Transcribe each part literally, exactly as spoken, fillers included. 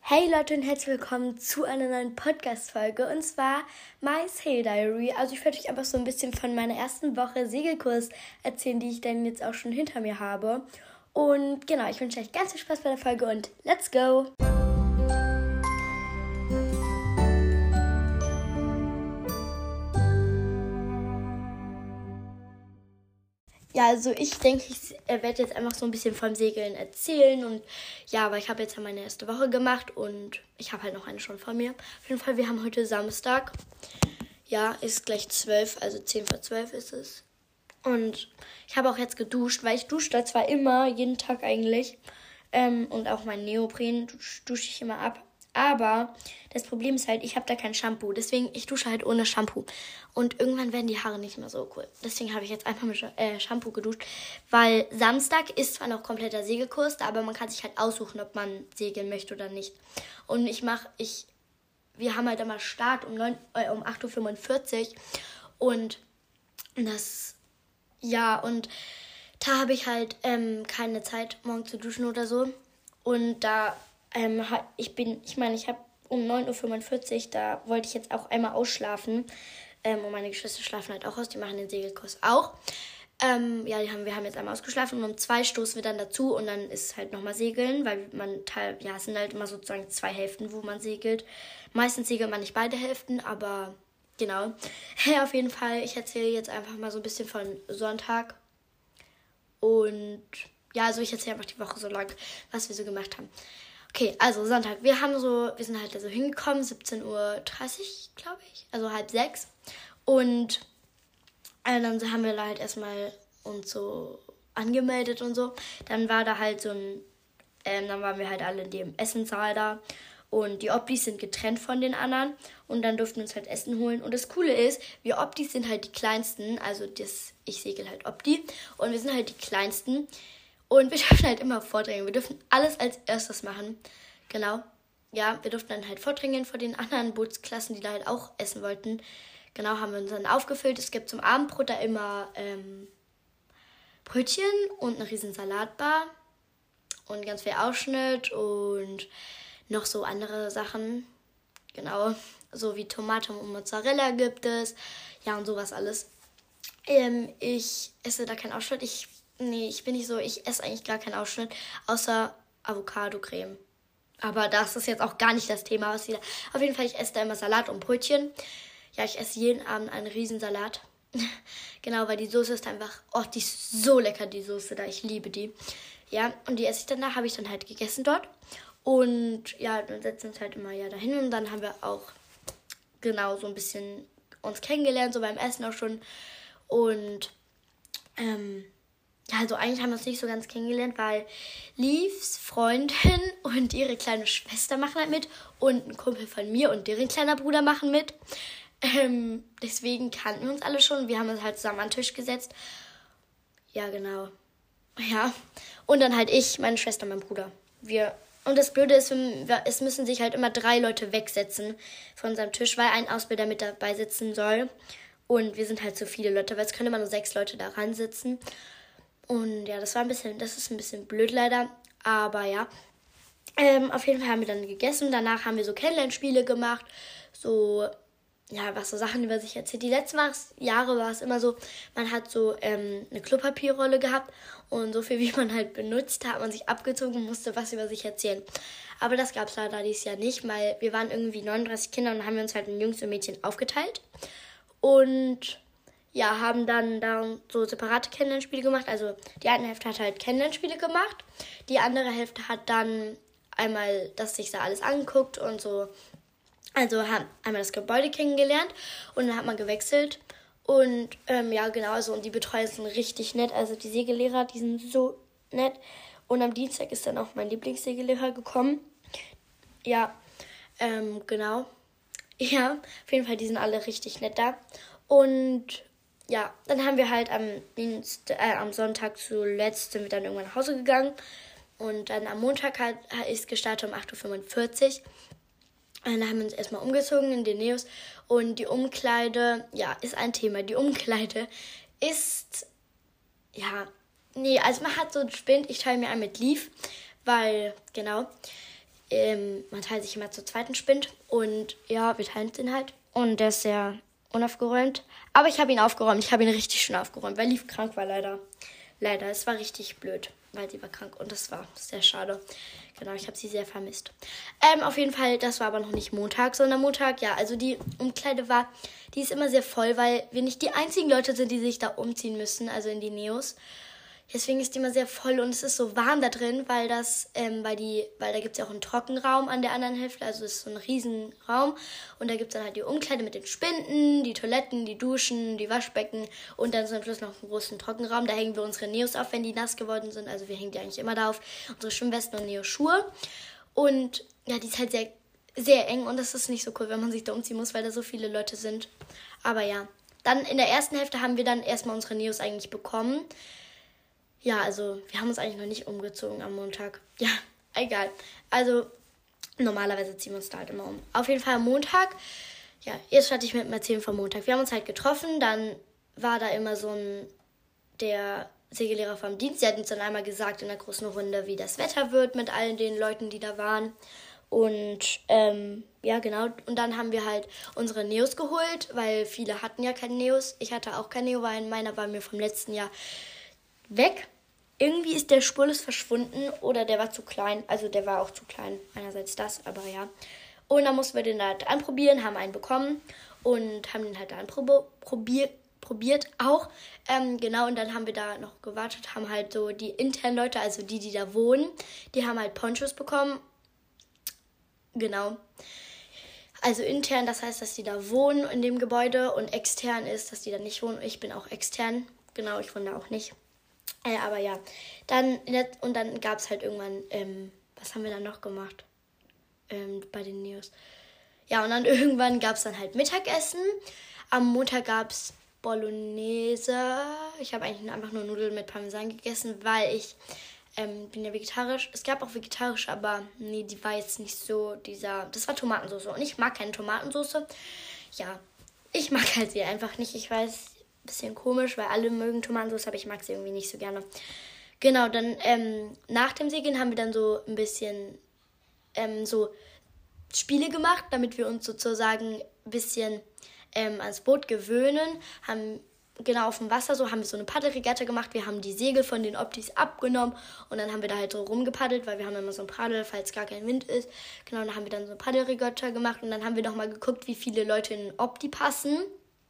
Hey Leute und herzlich willkommen zu einer neuen Podcast-Folge und zwar My Sail Diary. Also ich werde euch einfach so ein bisschen von meiner ersten Woche Segelkurs erzählen, die ich dann jetzt auch schon hinter mir habe. Und genau, ich wünsche euch ganz viel Spaß bei der Folge und let's go! Ja, also ich denke, ich werde jetzt einfach so ein bisschen vom Segeln erzählen und ja, aber ich habe jetzt ja meine erste Woche gemacht und ich habe halt noch eine schon vor mir. Auf jeden Fall, wir haben heute Samstag. Ja, ist gleich zwölf, also zehn vor zwölf ist es. Und ich habe auch jetzt geduscht, weil ich dusche da zwar immer, jeden Tag eigentlich. Ähm, und auch mein Neopren dusche ich immer ab. Aber das Problem ist halt, ich habe da kein Shampoo. Deswegen, ich dusche halt ohne Shampoo. Und irgendwann werden die Haare nicht mehr so cool. Deswegen habe ich jetzt einfach mit äh, Shampoo geduscht. Weil Samstag ist zwar noch kompletter Segelkurs, aber man kann sich halt aussuchen, ob man segeln möchte oder nicht. Und ich mache, ich, wir haben halt immer Start um, neun, äh, um acht Uhr fünfundvierzig. Und das, ja, und da habe ich halt ähm, keine Zeit, morgen zu duschen oder so. Und da... Ähm, ich bin, ich meine, ich habe um neun Uhr fünfundvierzig, da wollte ich jetzt auch einmal ausschlafen. Ähm, und meine Geschwister schlafen halt auch aus, die machen den Segelkurs auch. Ähm, ja, die haben, wir haben jetzt einmal ausgeschlafen und um zwei stoßen wir dann dazu und dann ist halt nochmal Segeln, weil man teil, ja, es sind halt immer sozusagen zwei Hälften, wo man segelt. Meistens segelt man nicht beide Hälften, aber genau. Hey, auf jeden Fall, ich erzähle jetzt einfach mal so ein bisschen von Sonntag. Und ja, also ich erzähle einfach die Woche so lang, was wir so gemacht haben. Okay, also Sonntag. Wir haben so, wir sind halt so hingekommen, siebzehn Uhr dreißig, glaube ich, also halb sechs. Und äh, dann haben wir da halt erstmal uns so angemeldet und so. Dann war da halt so ein, ähm, dann waren wir halt alle in dem Essenssaal da. Und die Optis sind getrennt von den anderen. Und dann durften wir uns halt Essen holen. Und das Coole ist, wir Optis sind halt die Kleinsten. Also das, ich segel halt Opti. Und wir sind halt die Kleinsten. Und wir dürfen halt immer vordrängen. Wir dürfen alles als erstes machen. Genau. Ja, wir durften dann halt vordrängen vor den anderen Bootsklassen, die da halt auch essen wollten. Genau, haben wir uns dann aufgefüllt. Es gibt zum Abendbrot da immer ähm, Brötchen und eine riesen Salatbar. Und ganz viel Aufschnitt und noch so andere Sachen. Genau, so wie Tomate und Mozzarella gibt es. Ja, und sowas alles. Ähm, ich esse da keinen Aufschnitt. Ich Nee, ich bin nicht so, ich esse eigentlich gar keinen Aufschnitt, außer Avocado-Creme. Aber das ist jetzt auch gar nicht das Thema, was wieder. Auf jeden Fall, ich esse da immer Salat und Brötchen. Ja, ich esse jeden Abend einen Riesensalat. Genau, weil die Soße ist einfach, oh, die ist so lecker, die Soße da, ich liebe die. Ja, und die esse ich danach, habe ich dann halt gegessen dort. Und ja, dann setzen wir uns halt immer ja dahin und dann haben wir auch genau so ein bisschen uns kennengelernt, so beim Essen auch schon. Und, ähm, ja, also eigentlich haben wir uns nicht so ganz kennengelernt, weil Leaves Freundin und ihre kleine Schwester machen halt mit und ein Kumpel von mir und deren kleiner Bruder machen mit. Ähm, deswegen kannten wir uns alle schon. Wir haben uns halt zusammen an den Tisch gesetzt. Ja, genau. Ja. Und dann halt ich, meine Schwester und mein Bruder. Wir. Und das Blöde ist, es müssen sich halt immer drei Leute wegsetzen von unserem Tisch, weil ein Ausbilder mit dabei sitzen soll. Und wir sind halt so viele Leute, weil es können immer nur sechs Leute da ran sitzen. Und ja, das war ein bisschen, das ist ein bisschen blöd leider, aber ja. Ähm, auf jeden Fall haben wir dann gegessen, danach haben wir so Kennenlernspiele gemacht, so, ja, was so Sachen über sich erzählt. Die letzten Jahre war es immer so, man hat so ähm, eine Klopapierrolle gehabt und so viel wie man halt benutzt, hat man sich abgezogen und musste was über sich erzählen. Aber das gab es leider dieses Jahr nicht, weil wir waren irgendwie neununddreißig Kinder und haben wir uns halt in Jungs und Mädchen aufgeteilt. Und ja, haben dann da so separate Kennenlernspiele gemacht. Also die eine Hälfte hat halt Kennenlernspiele gemacht. Die andere Hälfte hat dann einmal das sich da alles angeguckt und so. Also haben einmal das Gebäude kennengelernt und dann hat man gewechselt. Und ähm, ja, genau, also und die Betreuer sind richtig nett. Also die Segellehrer, die sind so nett. Und am Dienstag ist dann auch mein Lieblingssegellehrer gekommen. Ja, ähm, genau. Ja, auf jeden Fall, die sind alle richtig nett da. Und ja, dann haben wir halt am, Dienst, äh, am Sonntag zuletzt sind wir dann irgendwann nach Hause gegangen. Und dann am Montag hat, ist gestartet um acht Uhr fünfundvierzig. Und dann haben wir uns erstmal umgezogen in den Neos. Und die Umkleide, ja, ist ein Thema. Die Umkleide ist, ja, nee, also man hat so einen Spind. Ich teile mir ein mit Leaf, weil, genau, ähm, man teilt sich immer zu zweiten Spind. Und ja, wir teilen den halt. Und der ist sehr unaufgeräumt. Aber ich habe ihn aufgeräumt. Ich habe ihn richtig schön aufgeräumt, weil Liv krank war leider. Leider, es war richtig blöd, weil sie war krank. Und das war sehr schade. Genau, ich habe sie sehr vermisst. Ähm, auf jeden Fall, das war aber noch nicht Montag, sondern Montag, ja, also die Umkleide war, die ist immer sehr voll, weil wir nicht die einzigen Leute sind, die sich da umziehen müssen, also in die Neos. Deswegen ist die immer sehr voll und es ist so warm da drin, weil das, ähm, weil die, weil da gibt es ja auch einen Trockenraum an der anderen Hälfte, also es ist so ein Riesenraum und da gibt es dann halt die Umkleide mit den Spinden, die Toiletten, die Duschen, die Waschbecken und dann so am Schluss noch einen großen Trockenraum. Da hängen wir unsere Neos auf, wenn die nass geworden sind, also wir hängen die eigentlich immer da auf, unsere Schwimmwesten und Neoschuhe und ja, die ist halt sehr, sehr eng und das ist nicht so cool, wenn man sich da umziehen muss, weil da so viele Leute sind. Aber ja, dann in der ersten Hälfte haben wir dann erstmal unsere Neos eigentlich bekommen. Ja, also wir haben uns eigentlich noch nicht umgezogen am Montag. Ja, egal. Also normalerweise ziehen wir uns da halt immer um. Auf jeden Fall am Montag, ja, jetzt starte ich mit dem Erzählen vom Montag. Wir haben uns halt getroffen, dann war da immer so ein, der Segellehrer vom Dienst, der hat uns dann einmal gesagt in der großen Runde, wie das Wetter wird mit allen den Leuten, die da waren. Und ähm, ja, genau. Und dann haben wir halt unsere Neos geholt, weil viele hatten ja keine Neos. Ich hatte auch kein Neo, weil meiner war mir vom letzten Jahr weg. Irgendwie ist der Spurlos verschwunden oder der war zu klein. Also der war auch zu klein. Einerseits das, aber ja. Und dann mussten wir den halt anprobieren, haben einen bekommen und haben den halt anprobiert. probiert auch. Ähm, genau, und dann haben wir da noch gewartet, haben halt so die internen Leute, also die, die da wohnen, die haben halt Ponchos bekommen. Genau. Also intern, das heißt, dass die da wohnen in dem Gebäude und extern ist, dass die da nicht wohnen. Ich bin auch extern. Genau, ich wohne da auch nicht. Äh, aber ja, dann und dann gab es halt irgendwann, ähm, was haben wir dann noch gemacht ähm, bei den Neos? Ja, und dann irgendwann gab es dann halt Mittagessen. Am Montag gab es Bolognese. Ich habe eigentlich einfach nur Nudeln mit Parmesan gegessen, weil ich ähm, bin ja vegetarisch. Es gab auch vegetarisch, aber nee, die war jetzt nicht so dieser, das war Tomatensauce und ich mag keine Tomatensauce. Ja, ich mag halt sie einfach nicht, ich weiß, bisschen komisch, weil alle mögen Tomatensauce, aber ich mag sie irgendwie nicht so gerne. Genau, dann ähm, nach dem Segeln haben wir dann so ein bisschen ähm, so Spiele gemacht, damit wir uns sozusagen ein bisschen ähm, ans Boot gewöhnen. Haben genau auf dem Wasser so, haben wir so eine Paddelregatta gemacht. Wir haben die Segel von den Optis abgenommen und dann haben wir da halt so rumgepaddelt, weil wir haben immer so ein Paddel, falls gar kein Wind ist. Genau, dann haben wir dann so eine Paddelregatta gemacht und dann haben wir nochmal geguckt, wie viele Leute in den Opti passen.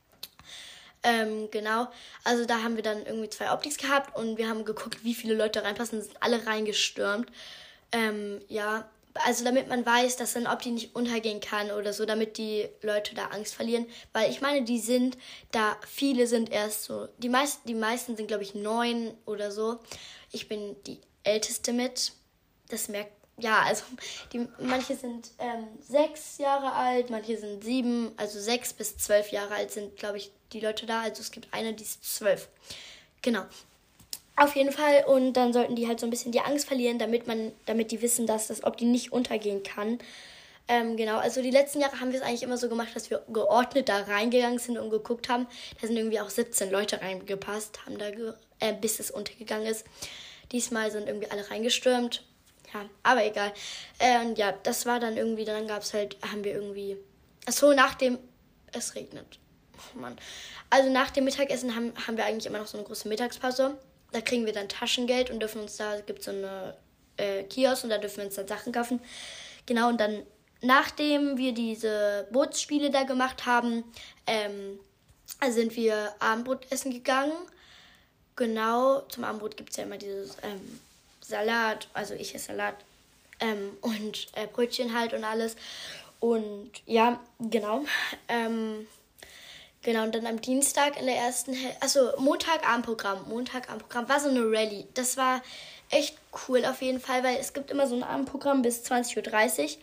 Ähm, genau, also da haben wir dann irgendwie zwei Optics gehabt und wir haben geguckt, wie viele Leute reinpassen, sind alle reingestürmt. Ähm, ja, also damit man weiß, dass ein Opti nicht untergehen kann oder so, damit die Leute da Angst verlieren, weil ich meine, die sind da, viele sind erst so, die meisten, die meisten sind glaube ich neun oder so. Ich bin die Älteste mit, das merkt Ja, also die, manche sind ähm, sechs Jahre alt, manche sind sieben, also sechs bis zwölf Jahre alt sind, glaube ich, die Leute da. Also es gibt eine, die ist zwölf. Genau. Auf jeden Fall. Und dann sollten die halt so ein bisschen die Angst verlieren, damit man, damit die wissen, dass das Opti nicht untergehen kann. Ähm, genau, also die letzten Jahre haben wir es eigentlich immer so gemacht, dass wir geordnet da reingegangen sind und geguckt haben. Da sind irgendwie auch siebzehn Leute reingepasst, haben da ge- äh, bis es untergegangen ist. Diesmal sind irgendwie alle reingestürmt. Ja, aber egal. Äh, und ja, das war dann irgendwie, dann gab es halt, haben wir irgendwie, achso, nach dem, es regnet. Oh Mann. Also nach dem Mittagessen haben, haben wir eigentlich immer noch so eine große Mittagspause. Da kriegen wir dann Taschengeld und dürfen uns da, gibt es so eine äh, Kiosk und da dürfen wir uns dann Sachen kaufen. Genau, und dann, nachdem wir diese Bootsspiele da gemacht haben, ähm, sind wir Abendbrot essen gegangen. Genau, zum Abendbrot gibt es ja immer dieses ähm, Salat, also ich esse Salat ähm, und äh, Brötchen halt und alles. Und ja, genau. Ähm, genau, und dann am Dienstag in der ersten Hälfte, also Montagabendprogramm, Montagabendprogramm war so eine Rallye. Das war echt cool auf jeden Fall, weil es gibt immer so ein Abendprogramm bis zwanzig Uhr dreißig.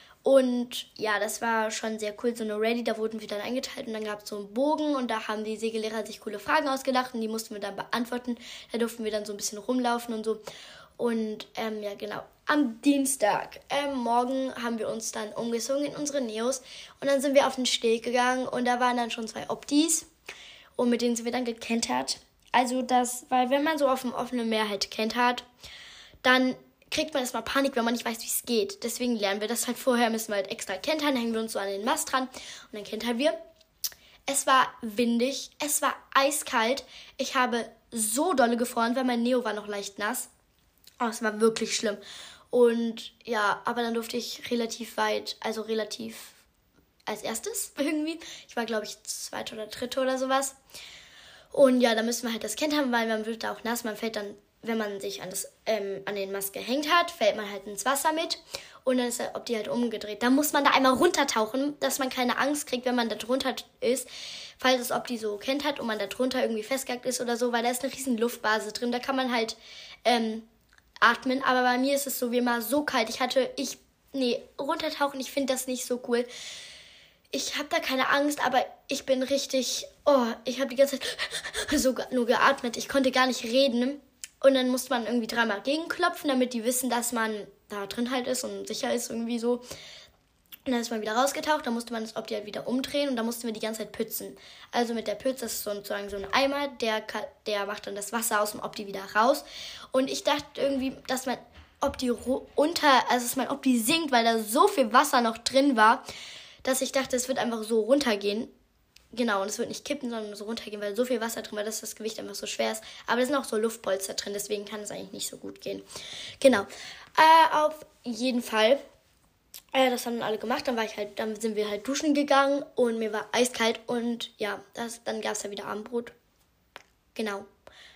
Und ja, das war schon sehr cool, so eine Rallye, da wurden wir dann eingeteilt und dann gab es so einen Bogen und da haben die Segellehrer sich coole Fragen ausgedacht und die mussten wir dann beantworten. Da durften wir dann so ein bisschen rumlaufen und so. Und ähm, ja, genau, am Dienstag, ähm, morgen haben wir uns dann umgezogen in unsere Neos und dann sind wir auf den Steg gegangen und da waren dann schon zwei Optis und mit denen sind wir dann gekentert. Also das, weil wenn man so auf dem offenen Meer halt kentert, dann kriegt man erstmal Panik, wenn man nicht weiß, wie es geht. Deswegen lernen wir das halt vorher, müssen wir halt extra kentern, hängen wir uns so an den Mast dran und dann kentern wir. Es war windig, es war eiskalt. Ich habe so dolle gefroren, weil mein Neo war noch leicht nass. Oh, es war wirklich schlimm. Und ja, aber dann durfte ich relativ weit, also relativ als erstes irgendwie. Ich war, glaube ich, zweite oder dritte oder sowas. Und ja, da müssen wir halt das kentern, weil man wird da auch nass. Man fällt dann, wenn man sich an, das, ähm, an den Mast gehängt hat, fällt man halt ins Wasser mit. Und dann ist der Opti halt umgedreht. Da muss man da einmal runtertauchen, dass man keine Angst kriegt, wenn man da drunter ist. Falls das Opti so kennt hat und man da drunter irgendwie festgehackt ist oder so, weil da ist eine riesen Luftblase drin. Da kann man halt ähm, atmen. Aber bei mir ist es so wie immer so kalt. Ich hatte, ich, nee, runtertauchen, ich finde das nicht so cool. Ich habe da keine Angst, aber ich bin richtig, oh, ich habe die ganze Zeit so nur geatmet. Ich konnte gar nicht reden. Und dann musste man irgendwie dreimal gegenklopfen, damit die wissen, dass man da drin halt ist und sicher ist irgendwie so. Und dann ist man wieder rausgetaucht, dann musste man das Opti halt wieder umdrehen und dann mussten wir die ganze Zeit pützen. Also mit der Pütze, das ist sozusagen so ein Eimer, der, der macht dann das Wasser aus dem Opti wieder raus. Und ich dachte irgendwie, dass mein Opti unter, also dass mein Opti sinkt, weil da so viel Wasser noch drin war, dass ich dachte, es wird einfach so runtergehen. Genau, und es wird nicht kippen, sondern so runtergehen, weil so viel Wasser drin war, dass das Gewicht einfach so schwer ist. Aber da sind auch so Luftpolster drin, deswegen kann es eigentlich nicht so gut gehen. Genau, äh, auf jeden Fall, äh, das haben alle gemacht. Dann war ich halt, dann sind wir halt duschen gegangen und mir war eiskalt und ja, das, dann gab es ja wieder Abendbrot. Genau.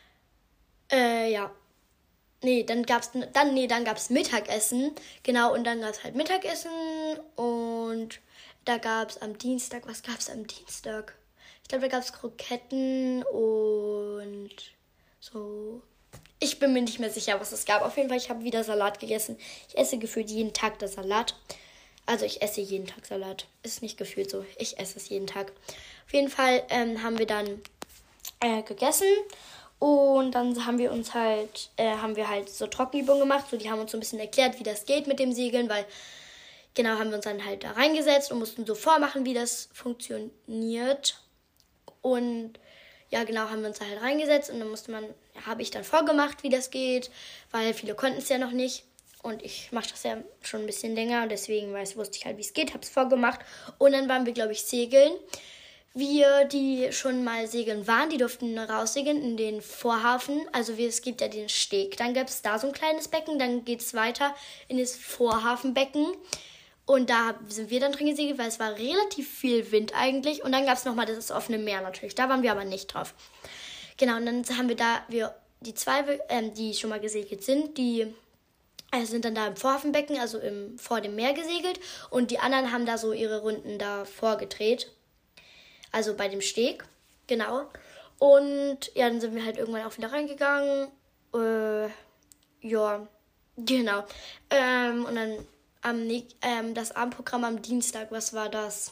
Äh, ja. Nee, dann gab's dann nee, dann gab's Mittagessen. Genau, und dann gab's halt Mittagessen und da gab es am Dienstag, was gab es am Dienstag? Ich glaube, da gab es Kroketten und so. Ich bin mir nicht mehr sicher, was es gab. Auf jeden Fall, ich habe wieder Salat gegessen. Ich esse gefühlt jeden Tag das Salat. Also ich esse jeden Tag Salat. Ist nicht gefühlt so. Ich esse es jeden Tag. Auf jeden Fall ähm, haben wir dann äh, gegessen. Und dann haben wir uns halt, äh, haben wir halt so Trockenübungen gemacht. So, die haben uns so ein bisschen erklärt, wie das geht mit dem Segeln, weil genau, haben wir uns dann halt da reingesetzt und mussten so vormachen, wie das funktioniert. Und ja, genau, haben wir uns da halt reingesetzt und dann musste man, ja, habe ich dann vorgemacht, wie das geht, weil viele konnten es ja noch nicht. Und ich mache das ja schon ein bisschen länger und deswegen weiß, wusste ich halt, wie es geht, habe es vorgemacht. Und dann waren wir, glaube ich, segeln. Wir, die schon mal segeln waren, die durften raussegeln in den Vorhafen. Also wir, es gibt ja den Steg. Dann gab es da so ein kleines Becken, dann geht es weiter in das Vorhafenbecken. Und da sind wir dann drin gesegelt, weil es war relativ viel Wind eigentlich. Und dann gab es nochmal das offene Meer natürlich. Da waren wir aber nicht drauf. Genau, und dann haben wir da, wir die zwei, ähm, die schon mal gesegelt sind, die äh, sind dann da im Vorhafenbecken, also im, vor dem Meer gesegelt. Und die anderen haben da so ihre Runden da vorgedreht. Also bei dem Steg, genau. Und ja, dann sind wir halt irgendwann auch wieder reingegangen. Äh, ja, genau. Ähm, und dann am ähm, das Abendprogramm am Dienstag, was war das?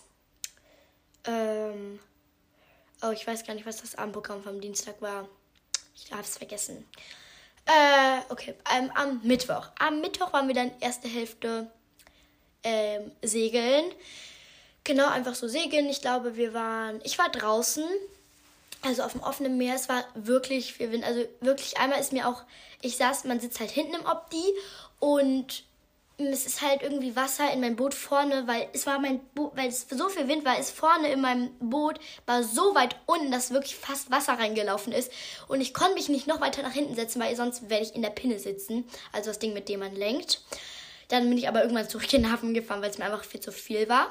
Ähm, oh, ich weiß gar nicht, was das Abendprogramm vom Dienstag war. Ich habe es vergessen. Äh, okay, ähm, am Mittwoch. Am Mittwoch waren wir dann erste Hälfte ähm, segeln. Genau, einfach so segeln. Ich glaube, wir waren, ich war draußen, also auf dem offenen Meer. Es war wirklich viel Wind. Also wirklich, einmal ist mir auch, ich saß, man sitzt halt hinten im Opti und es ist halt irgendwie Wasser in meinem Boot vorne, weil es war mein Boot, weil es so viel Wind war, ist vorne in meinem Boot, war so weit unten, dass wirklich fast Wasser reingelaufen ist. Und ich konnte mich nicht noch weiter nach hinten setzen, weil sonst werde ich in der Pinne sitzen. Also das Ding, mit dem man lenkt. Dann bin ich aber irgendwann zurück in den Hafen gefahren, weil es mir einfach viel zu viel war.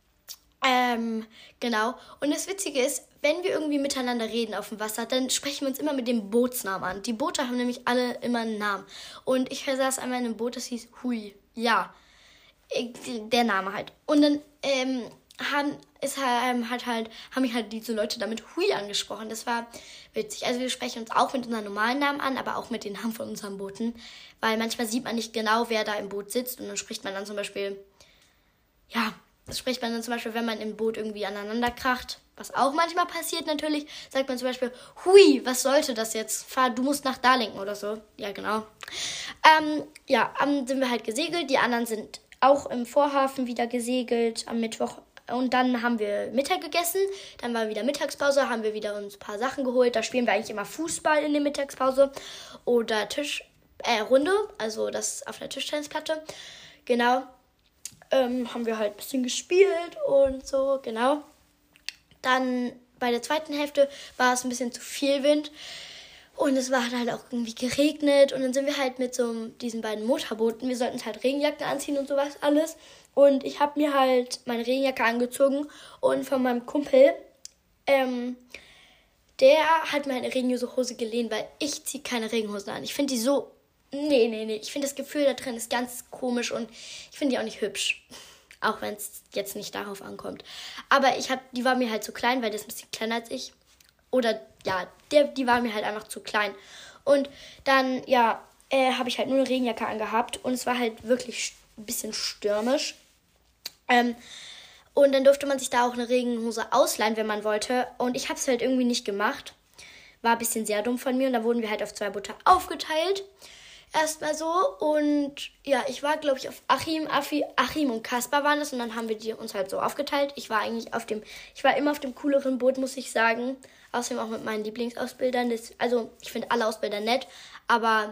Ähm, genau. Und das Witzige ist, wenn wir irgendwie miteinander reden auf dem Wasser, dann sprechen wir uns immer mit dem Bootsnamen an. Die Boote haben nämlich alle immer einen Namen. Und ich saß einmal in einem Boot, das hieß Hui. Ja, der Name halt. Und dann ähm, haben, ist halt, hat halt, haben mich halt diese Leute damit Hui angesprochen. Das war witzig. Also wir sprechen uns auch mit unseren normalen Namen an, aber auch mit den Namen von unseren Booten. Weil manchmal sieht man nicht genau, wer da im Boot sitzt. Und dann spricht man dann zum Beispiel, ja, das spricht man dann zum Beispiel, wenn man im Boot irgendwie aneinander kracht, was auch manchmal passiert natürlich, sagt man zum Beispiel, hui, was sollte das jetzt? Fahr, du musst nach da lenken oder so. Ja, genau. Ähm, ja, am sind wir halt gesegelt, die anderen sind auch im Vorhafen wieder gesegelt am Mittwoch. Und dann haben wir Mittag gegessen, dann war wieder Mittagspause, haben wir wieder uns ein paar Sachen geholt. Da spielen wir eigentlich immer Fußball in der Mittagspause oder Tisch, äh, Runde, also das auf der Tischtennisplatte. Genau. Ähm, haben wir halt ein bisschen gespielt und so, genau. Dann bei der zweiten Hälfte war es ein bisschen zu viel Wind. Und es war halt auch irgendwie geregnet. Und dann sind wir halt mit so diesen beiden Motorbooten. Wir sollten uns halt Regenjacken anziehen und sowas alles. Und ich habe mir halt meine Regenjacke angezogen. Und von meinem Kumpel, ähm, der hat mir eine Regenhose geliehen, weil ich ziehe keine Regenhosen an. Ich finde die so... Nee, nee, nee. Ich finde das Gefühl da drin ist ganz komisch und ich finde die auch nicht hübsch. Auch wenn es jetzt nicht darauf ankommt. Aber ich hab, die war mir halt zu klein, weil der ist ein bisschen kleiner als ich. Oder, ja, der, die war mir halt einfach zu klein. Und dann, ja, äh, habe ich halt nur eine Regenjacke angehabt. Und es war halt wirklich ein bisschen stürmisch. Ähm, und dann durfte man sich da auch eine Regenhose ausleihen, wenn man wollte. Und ich habe es halt irgendwie nicht gemacht. War ein bisschen sehr dumm von mir. Und dann wurden wir halt auf zwei Boote aufgeteilt. Erstmal so. Und ja, ich war, glaube ich, auf Achim, Affi, Achim und Kaspar waren das. Und dann haben wir die uns halt so aufgeteilt. Ich war eigentlich auf dem, ich war immer auf dem cooleren Boot, muss ich sagen. Außerdem auch mit meinen Lieblingsausbildern. Das, also ich finde alle Ausbilder nett, aber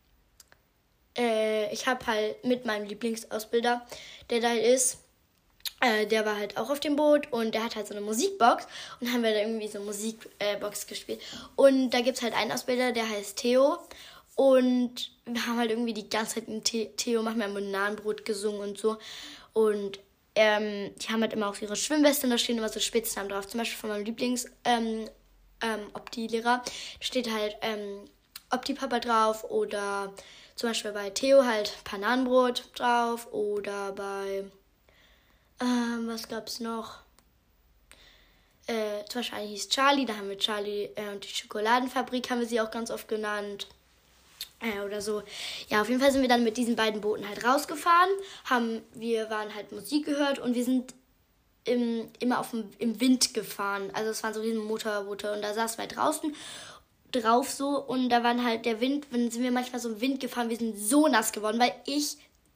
äh, ich habe halt mit meinem Lieblingsausbilder, der da ist, äh, der war halt auch auf dem Boot und der hat halt so eine Musikbox und dann haben wir da irgendwie so eine Musikbox äh, gespielt. Und da gibt es halt einen Ausbilder, der heißt Theo und wir haben halt irgendwie die ganze Zeit in The- Theo macht mir ein Bananenbrot gesungen und so und ähm, die haben halt immer auch ihre Schwimmweste und da stehen immer so Spitznamen drauf. Zum Beispiel von meinem Lieblings ähm, ähm, Opti-Lehrer steht halt ähm, Opti-Papa drauf oder zum Beispiel bei Theo halt Bananenbrot drauf oder bei, ähm, was gab's noch? Äh, zum Beispiel eine hieß Charlie, da haben wir Charlie äh, und die Schokoladenfabrik haben wir sie auch ganz oft genannt. Äh, oder so. Ja, auf jeden Fall sind wir dann mit diesen beiden Booten halt rausgefahren. Haben, wir waren halt Musik gehört und wir sind im, immer auf dem, im Wind gefahren. Also es waren so riesen Motorboote und da saßen wir halt draußen drauf so und da waren halt der Wind, dann sind wir manchmal so im Wind gefahren, wir sind so nass geworden, weil ich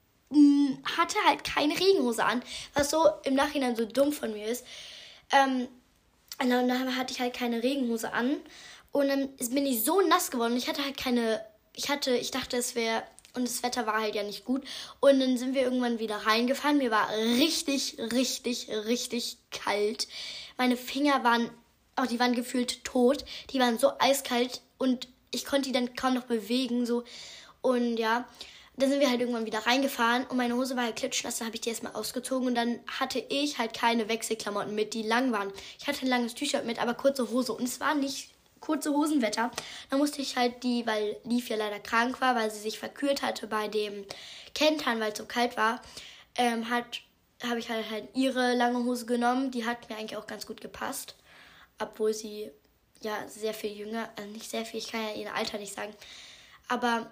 mh, hatte halt keine Regenhose an, was so im Nachhinein so dumm von mir ist. Ähm, und dann hatte ich halt keine Regenhose an und dann bin ich so nass geworden und ich hatte halt keine, ich hatte, ich dachte es wäre, und das Wetter war halt ja nicht gut. Und dann sind wir irgendwann wieder reingefahren. Mir war richtig, richtig, richtig kalt. Meine Finger waren, auch die waren gefühlt tot. Die waren so eiskalt und ich konnte die dann kaum noch bewegen. So. Und ja, dann sind wir halt irgendwann wieder reingefahren und meine Hose war halt klitschnass. Dann habe ich die erstmal ausgezogen und dann hatte ich halt keine Wechselklamotten mit, die lang waren. Ich hatte ein langes T-Shirt mit, aber kurze Hose. Und es war nicht kurze Hosenwetter. Da musste ich halt die, weil Liv ja leider krank war, weil sie sich verkühlt hatte bei dem Kentern, weil es so kalt war, ähm, hat, habe ich halt, halt ihre lange Hose genommen. Die hat mir eigentlich auch ganz gut gepasst, obwohl sie ja sehr viel jünger, also nicht sehr viel, ich kann ja ihr Alter nicht sagen, aber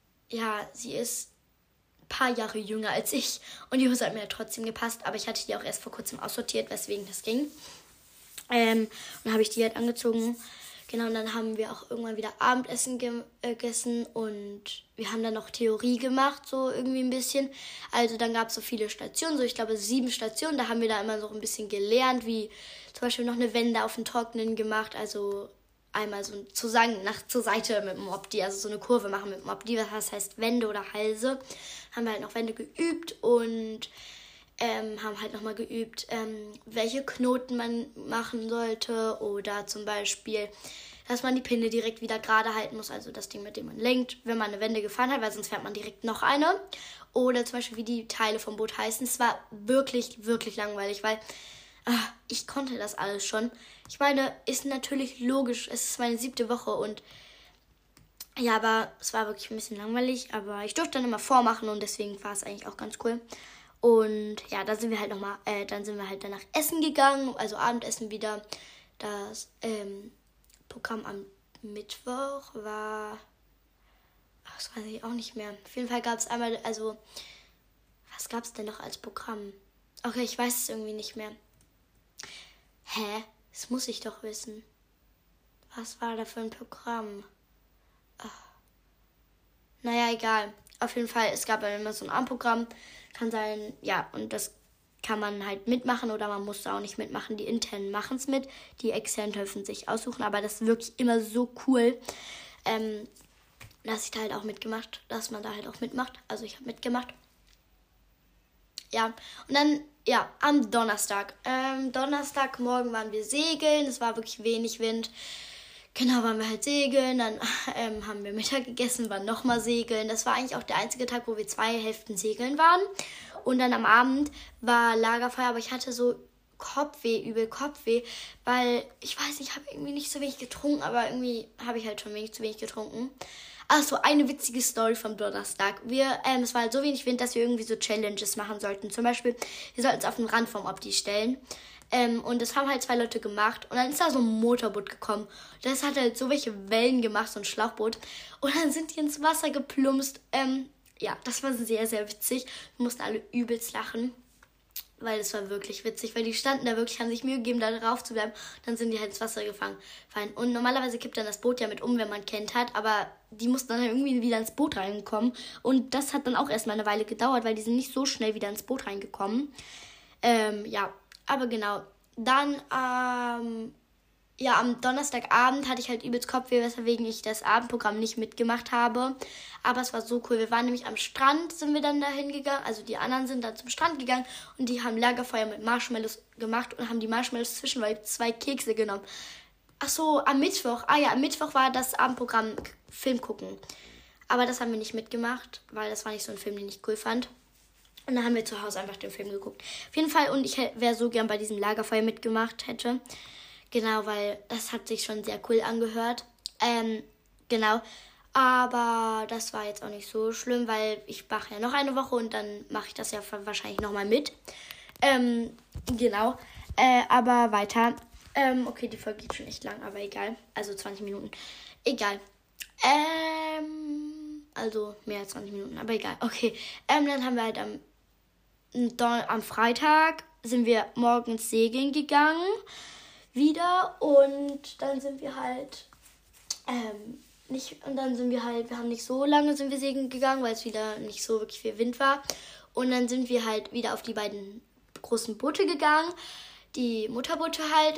ja, sie ist ein paar Jahre jünger als ich und die Hose hat mir ja trotzdem gepasst, aber ich hatte die auch erst vor kurzem aussortiert, weswegen das ging. Ähm, und dann habe ich die halt angezogen. Genau, und dann haben wir auch irgendwann wieder Abendessen ge- äh, gegessen und wir haben dann noch Theorie gemacht, so irgendwie ein bisschen. Also dann gab es so viele Stationen, so ich glaube sieben Stationen. Da haben wir da immer so ein bisschen gelernt, wie zum Beispiel noch eine Wende auf dem Trockenen gemacht. Also einmal so zusammen nach zur Seite mit dem Opti, also so eine Kurve machen mit dem Opti, was heißt Wende oder Halse. Haben wir halt noch Wende geübt und Ähm, haben halt nochmal geübt, ähm, welche Knoten man machen sollte oder zum Beispiel, dass man die Pinne direkt wieder gerade halten muss, also das Ding, mit dem man lenkt, wenn man eine Wende gefahren hat, weil sonst fährt man direkt noch eine. Oder zum Beispiel, wie die Teile vom Boot heißen. Es war wirklich, wirklich langweilig, weil ach, ich konnte das alles schon. Ich meine, ist natürlich logisch, es ist meine siebte Woche und ja, aber es war wirklich ein bisschen langweilig, aber ich durfte dann immer vormachen und deswegen war es eigentlich auch ganz cool. Und ja, dann sind wir halt nochmal, äh, dann sind wir halt danach essen gegangen, also Abendessen wieder. Das ähm, Programm am Mittwoch war, ach, das weiß ich auch nicht mehr. Auf jeden Fall gab es einmal, also, was gab es denn noch als Programm? Okay, ich weiß es irgendwie nicht mehr. Hä? Das muss ich doch wissen. Was war da für ein Programm? Ach. Naja, egal. Auf jeden Fall, es gab ja immer so ein Abendprogramm. Kann sein, ja, und das kann man halt mitmachen oder man muss da auch nicht mitmachen. Die internen machen es mit, die externen dürfen sich aussuchen, aber das ist wirklich immer so cool. Ähm, dass ich da halt auch mitgemacht, dass man da halt auch mitmacht. Also ich habe mitgemacht. Ja, und dann, ja, am Donnerstag. Ähm, Donnerstagmorgen waren wir segeln, es war wirklich wenig Wind. Genau, waren wir halt segeln, dann ähm, haben wir Mittag gegessen, waren nochmal segeln. Das war eigentlich auch der einzige Tag, wo wir zwei Hälften segeln waren. Und dann am Abend war Lagerfeuer, aber ich hatte so Kopfweh, übel Kopfweh, weil ich weiß, ich habe irgendwie nicht so wenig getrunken, aber irgendwie habe ich halt schon wenig zu wenig getrunken. Also eine witzige Story vom Donnerstag. Wir, ähm, es war halt so wenig Wind, dass wir irgendwie so Challenges machen sollten. Zum Beispiel, wir sollten uns auf den Rand vom Opti stellen. Ähm, und das haben halt zwei Leute gemacht. Und dann ist da so ein Motorboot gekommen. Das hat halt so welche Wellen gemacht, so ein Schlauchboot. Und dann sind die ins Wasser geplumpst. Ähm, ja, das war sehr, sehr witzig. Wir mussten alle übelst lachen. Weil es war wirklich witzig, weil die standen da wirklich, haben sich Mühe gegeben, da drauf zu bleiben. Dann sind die halt ins Wasser gefangen. Und normalerweise kippt dann das Boot ja mit um, wenn man kennt hat. Aber die mussten dann irgendwie wieder ins Boot reinkommen. Und das hat dann auch erstmal eine Weile gedauert, weil die sind nicht so schnell wieder ins Boot reingekommen. Ähm, ja, aber genau. Dann, ähm, ja, am Donnerstagabend hatte ich halt übelst Kopfweh, weswegen ich das Abendprogramm nicht mitgemacht habe. Aber es war so cool. Wir waren nämlich am Strand, sind wir dann dahin gegangen. Also die anderen sind dann zum Strand gegangen und die haben Lagerfeuer mit Marshmallows gemacht und haben die Marshmallows zwischen zwei Kekse genommen. Ach so, am Mittwoch. Ah ja, am Mittwoch war das Abendprogramm Film gucken. Aber das haben wir nicht mitgemacht, weil das war nicht so ein Film, den ich cool fand. Und dann haben wir zu Hause einfach den Film geguckt. Auf jeden Fall, und ich wäre so gern bei diesem Lagerfeuer mitgemacht hätte. Genau, weil das hat sich schon sehr cool angehört. Ähm, genau. Aber das war jetzt auch nicht so schlimm, weil ich mache ja noch eine Woche und dann mache ich das ja wahrscheinlich nochmal mit. Ähm, genau. Äh, aber weiter. Ähm, okay, die Folge geht schon echt lang, aber egal. Also zwanzig Minuten. Egal. Ähm, also mehr als zwanzig Minuten, aber egal. Okay. Ähm, dann haben wir halt am, am Freitag sind wir morgens segeln gegangen. Wieder und dann sind wir halt ähm, nicht und dann sind wir halt, wir haben nicht so lange sind wir segeln gegangen, weil es wieder nicht so wirklich viel Wind war und dann sind wir halt wieder auf die beiden großen Boote gegangen, die Mutterboote halt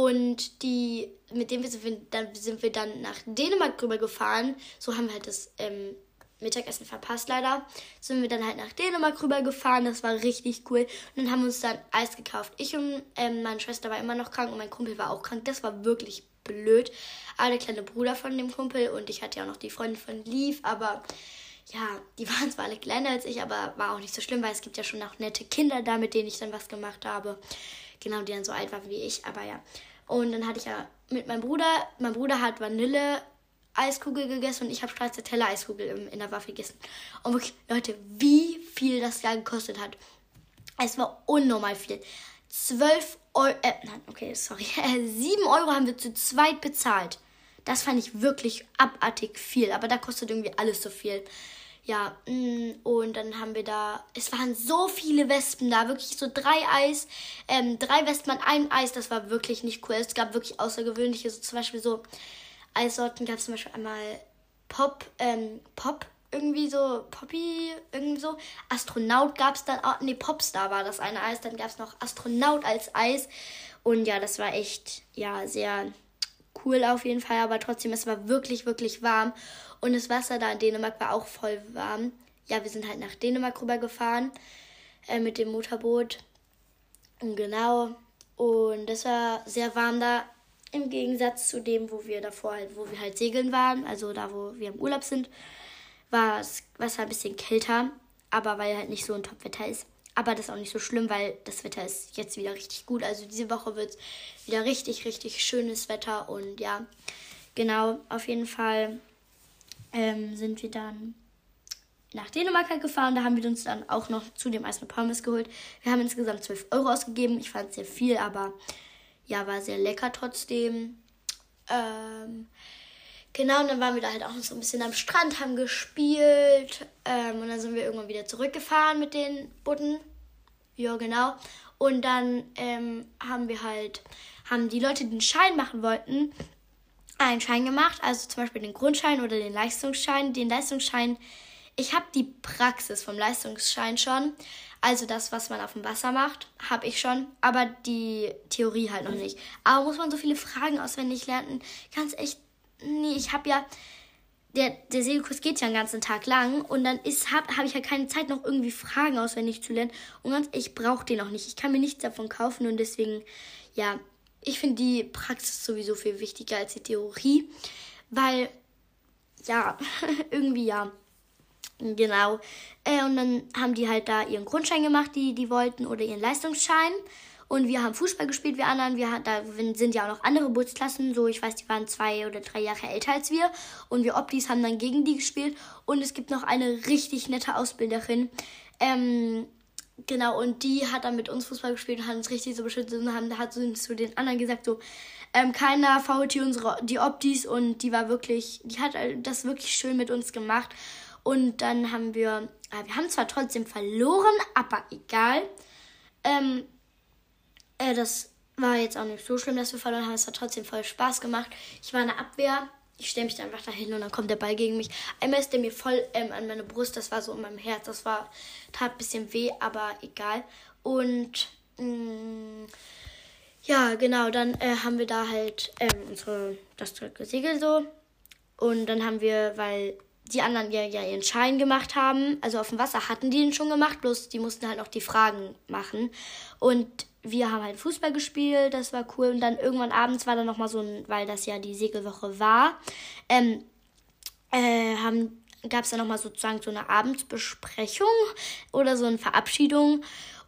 und die, mit denen wir sind wir dann, sind wir dann nach Dänemark rüber gefahren, so haben wir halt das ähm, Mittagessen verpasst leider, sind wir dann halt nach Dänemark rüber gefahren, das war richtig cool und dann haben wir uns dann Eis gekauft. Ich und ähm, meine Schwester war immer noch krank und mein Kumpel war auch krank, das war wirklich blöd. Aber der kleine Bruder von dem Kumpel und ich hatte ja auch noch die Freundin von Liv, aber ja, die waren zwar alle kleiner als ich, aber war auch nicht so schlimm, weil es gibt ja schon auch nette Kinder da, mit denen ich dann was gemacht habe. Genau, die dann so alt waren wie ich, aber ja. Und dann hatte ich ja mit meinem Bruder, mein Bruder hat Vanille Eiskugel gegessen und ich habe Stracciatella-Eiskugel in der Waffel gegessen. Und wirklich, Leute, wie viel das da gekostet hat. Es war unnormal viel. zwölf Euro, äh, nein, okay, sorry. sieben Euro haben wir zu zweit bezahlt. Das fand ich wirklich abartig viel, aber da kostet irgendwie alles so viel. Ja, und dann haben wir da, es waren so viele Wespen da, wirklich so drei Eis, ähm, drei Wespen an einem Eis, das war wirklich nicht cool. Es gab wirklich außergewöhnliche, so zum Beispiel so Eissorten, gab es zum Beispiel einmal Pop, ähm, Pop, irgendwie so, Poppy, irgendwie so. Astronaut gab es dann auch, nee, Popstar war das eine Eis, dann gab es noch Astronaut als Eis. Und ja, das war echt, ja, sehr cool auf jeden Fall, aber trotzdem, es war wirklich, wirklich warm. Und das Wasser da in Dänemark war auch voll warm. Ja, wir sind halt nach Dänemark rübergefahren äh, mit dem Motorboot. Und genau, und das war sehr warm da. Im Gegensatz zu dem, wo wir davor halt, wo wir halt segeln waren, also da, wo wir im Urlaub sind, war das Wasser ein bisschen kälter, aber weil halt nicht so ein Top-Wetter ist. Aber das ist auch nicht so schlimm, weil das Wetter ist jetzt wieder richtig gut. Also diese Woche wird es wieder richtig, richtig schönes Wetter. Und ja, genau, auf jeden Fall ähm, sind wir dann nach Dänemark halt gefahren. Da haben wir uns dann auch noch zu dem Eis eine Pommes geholt. Wir haben insgesamt zwölf Euro ausgegeben. Ich fand es sehr viel, aber ja, war sehr lecker trotzdem. Ähm, genau, und dann waren wir da halt auch noch so ein bisschen am Strand, haben gespielt. Ähm, und dann sind wir irgendwann wieder zurückgefahren mit den Booten. Ja, genau. Und dann ähm, haben wir halt, haben die Leute, die den Schein machen wollten, einen Schein gemacht. Also zum Beispiel den Grundschein oder den Leistungsschein. Den Leistungsschein, ich habe die Praxis vom Leistungsschein schon. Also das, was man auf dem Wasser macht, habe ich schon, aber die Theorie halt noch nicht. Aber muss man so viele Fragen auswendig lernen? Ganz echt, nee, ich habe ja, der, der Segelkurs geht ja den ganzen Tag lang und dann habe hab ich ja keine Zeit, noch irgendwie Fragen auswendig zu lernen. Und ganz, ich brauche den auch nicht. Ich kann mir nichts davon kaufen und deswegen, ja, ich finde die Praxis sowieso viel wichtiger als die Theorie, weil, ja, irgendwie ja. Genau. Äh, und dann haben die halt da ihren Grundschein gemacht, die die wollten, oder ihren Leistungsschein. Und wir haben Fußball gespielt, wir anderen. Wir, da sind ja auch noch andere Bootsklassen. So, ich weiß, die waren zwei oder drei Jahre älter als wir. Und wir Optis haben dann gegen die gespielt. Und es gibt noch eine richtig nette Ausbilderin. Ähm, genau, und die hat dann mit uns Fußball gespielt und hat uns richtig so beschützt. Und haben, hat so zu den anderen gesagt, so, ähm, keiner fault hier unsere, die Optis. Und die war wirklich, die hat das wirklich schön mit uns gemacht. Und dann haben wir, äh, wir haben zwar trotzdem verloren, aber egal. Ähm, äh, das war jetzt auch nicht so schlimm, dass wir verloren haben. Es hat trotzdem voll Spaß gemacht. Ich war in der Abwehr. Ich stelle mich dann einfach dahin und dann kommt der Ball gegen mich. Einmal ist der mir voll ähm, an meine Brust. Das war so in meinem Herz. Das war, tat ein bisschen weh, aber egal. Und mh, ja, genau, dann äh, haben wir da halt ähm, unsere, das gesegelt so. Und dann haben wir, weil die anderen ja, ja ihren Schein gemacht haben, also auf dem Wasser hatten die ihn schon gemacht, bloß die mussten halt noch die Fragen machen. Und wir haben halt Fußball gespielt, das war cool. Und dann irgendwann abends war dann nochmal so ein, weil das ja die Segelwoche war, ähm, äh, haben, gab es dann nochmal sozusagen so eine Abendsbesprechung oder so eine Verabschiedung.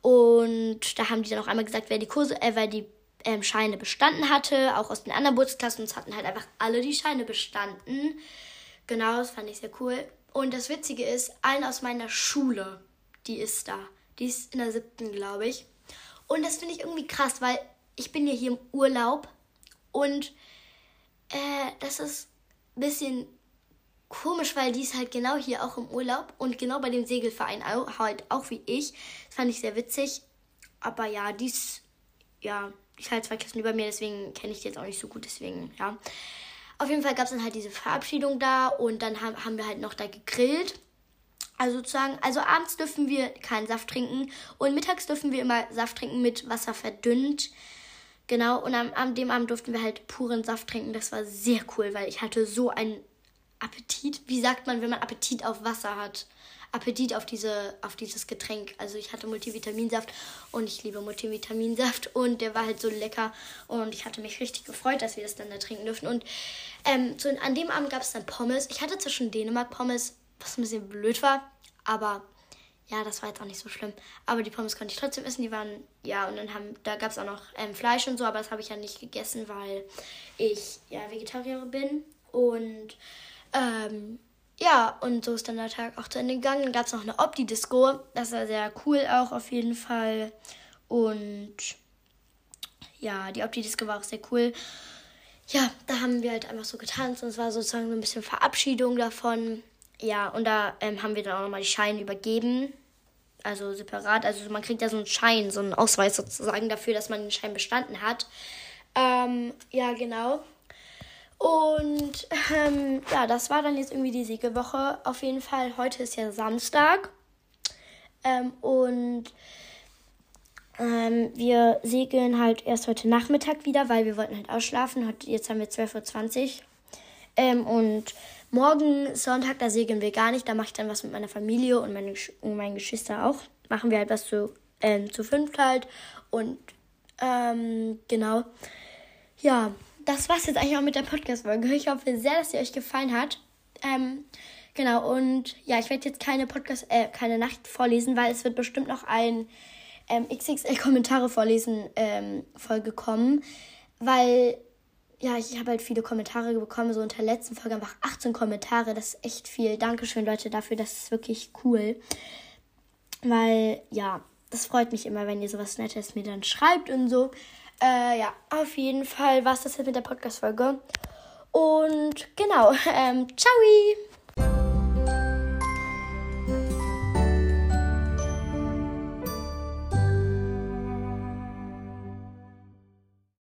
Und da haben die dann auch einmal gesagt, wer die Kurse, äh, wer die ähm, Scheine bestanden hatte, auch aus den anderen Bootsklassen. Es hatten halt einfach alle die Scheine bestanden. Genau, das fand ich sehr cool. Und das Witzige ist, eine aus meiner Schule, die ist da. Die ist in der siebten, glaube ich. Und das finde ich irgendwie krass, weil ich bin ja hier im Urlaub. Und äh, das ist ein bisschen komisch, weil die ist halt genau hier auch im Urlaub. Und genau bei dem Segelverein auch, halt auch wie ich. Das fand ich sehr witzig. Aber ja, die ist, ja, die ist halt zwei Klassen über mir, deswegen kenne ich die jetzt auch nicht so gut. Deswegen, ja. Auf jeden Fall gab es dann halt diese Verabschiedung da und dann haben, haben wir halt noch da gegrillt. Also sozusagen, also abends dürfen wir keinen Saft trinken und mittags dürfen wir immer Saft trinken mit Wasser verdünnt. Genau, und am, an dem Abend durften wir halt puren Saft trinken. Das war sehr cool, weil ich hatte so einen Appetit. Wie sagt man, wenn man Appetit auf Wasser hat? Appetit auf diese, auf dieses Getränk. Also ich hatte Multivitaminsaft und ich liebe Multivitaminsaft und der war halt so lecker und ich hatte mich richtig gefreut, dass wir das dann da trinken durften. Und ähm, so an dem Abend gab es dann Pommes. Ich hatte zwar schon Dänemark-Pommes, was ein bisschen blöd war, aber ja, das war jetzt auch nicht so schlimm. Aber die Pommes konnte ich trotzdem essen, die waren, ja, und dann haben, da gab es auch noch ähm, Fleisch und so, aber das habe ich ja nicht gegessen, weil ich ja Vegetarierin bin und ähm, ja, und so ist dann der Tag auch zu Ende gegangen. Dann gab es noch eine Opti-Disco. Das war sehr cool auch auf jeden Fall. Und ja, die Opti-Disco war auch sehr cool. Ja, da haben wir halt einfach so getanzt und es war sozusagen so ein bisschen Verabschiedung davon. Ja, und da ähm, haben wir dann auch nochmal die Scheine übergeben. Also separat. Also man kriegt ja so einen Schein, so einen Ausweis sozusagen dafür, dass man den Schein bestanden hat. Ähm, ja, genau. Und ähm, ja, das war dann jetzt irgendwie die Segelwoche. Auf jeden Fall, heute ist ja Samstag. Ähm, und ähm, wir segeln halt erst heute Nachmittag wieder, weil wir wollten halt ausschlafen. Heute, jetzt haben wir zwölf Uhr zwanzig. Ähm, und morgen Sonntag, da segeln wir gar nicht. Da mache ich dann was mit meiner Familie und, meine, und meinen Geschwistern auch. Machen wir halt was zu, ähm, zu fünft halt. Und ähm, genau, ja, das war's jetzt eigentlich auch mit der Podcast-Folge. Ich hoffe sehr, dass sie euch gefallen hat. Ähm, genau, und ja, ich werde jetzt keine Podcast, äh, keine Nacht vorlesen, weil es wird bestimmt noch ein ähm, X X L-Kommentare vorlesen ähm, Folge kommen. Weil, ja, ich habe halt viele Kommentare bekommen, so unter der letzten Folge einfach achtzehn Kommentare. Das ist echt viel. Dankeschön, Leute, dafür. Das ist wirklich cool. Weil, ja, das freut mich immer, wenn ihr sowas Nettes mir dann schreibt und so. Äh, ja, auf jeden Fall war es das jetzt mit der Podcast-Folge. Und genau, ähm, ciao!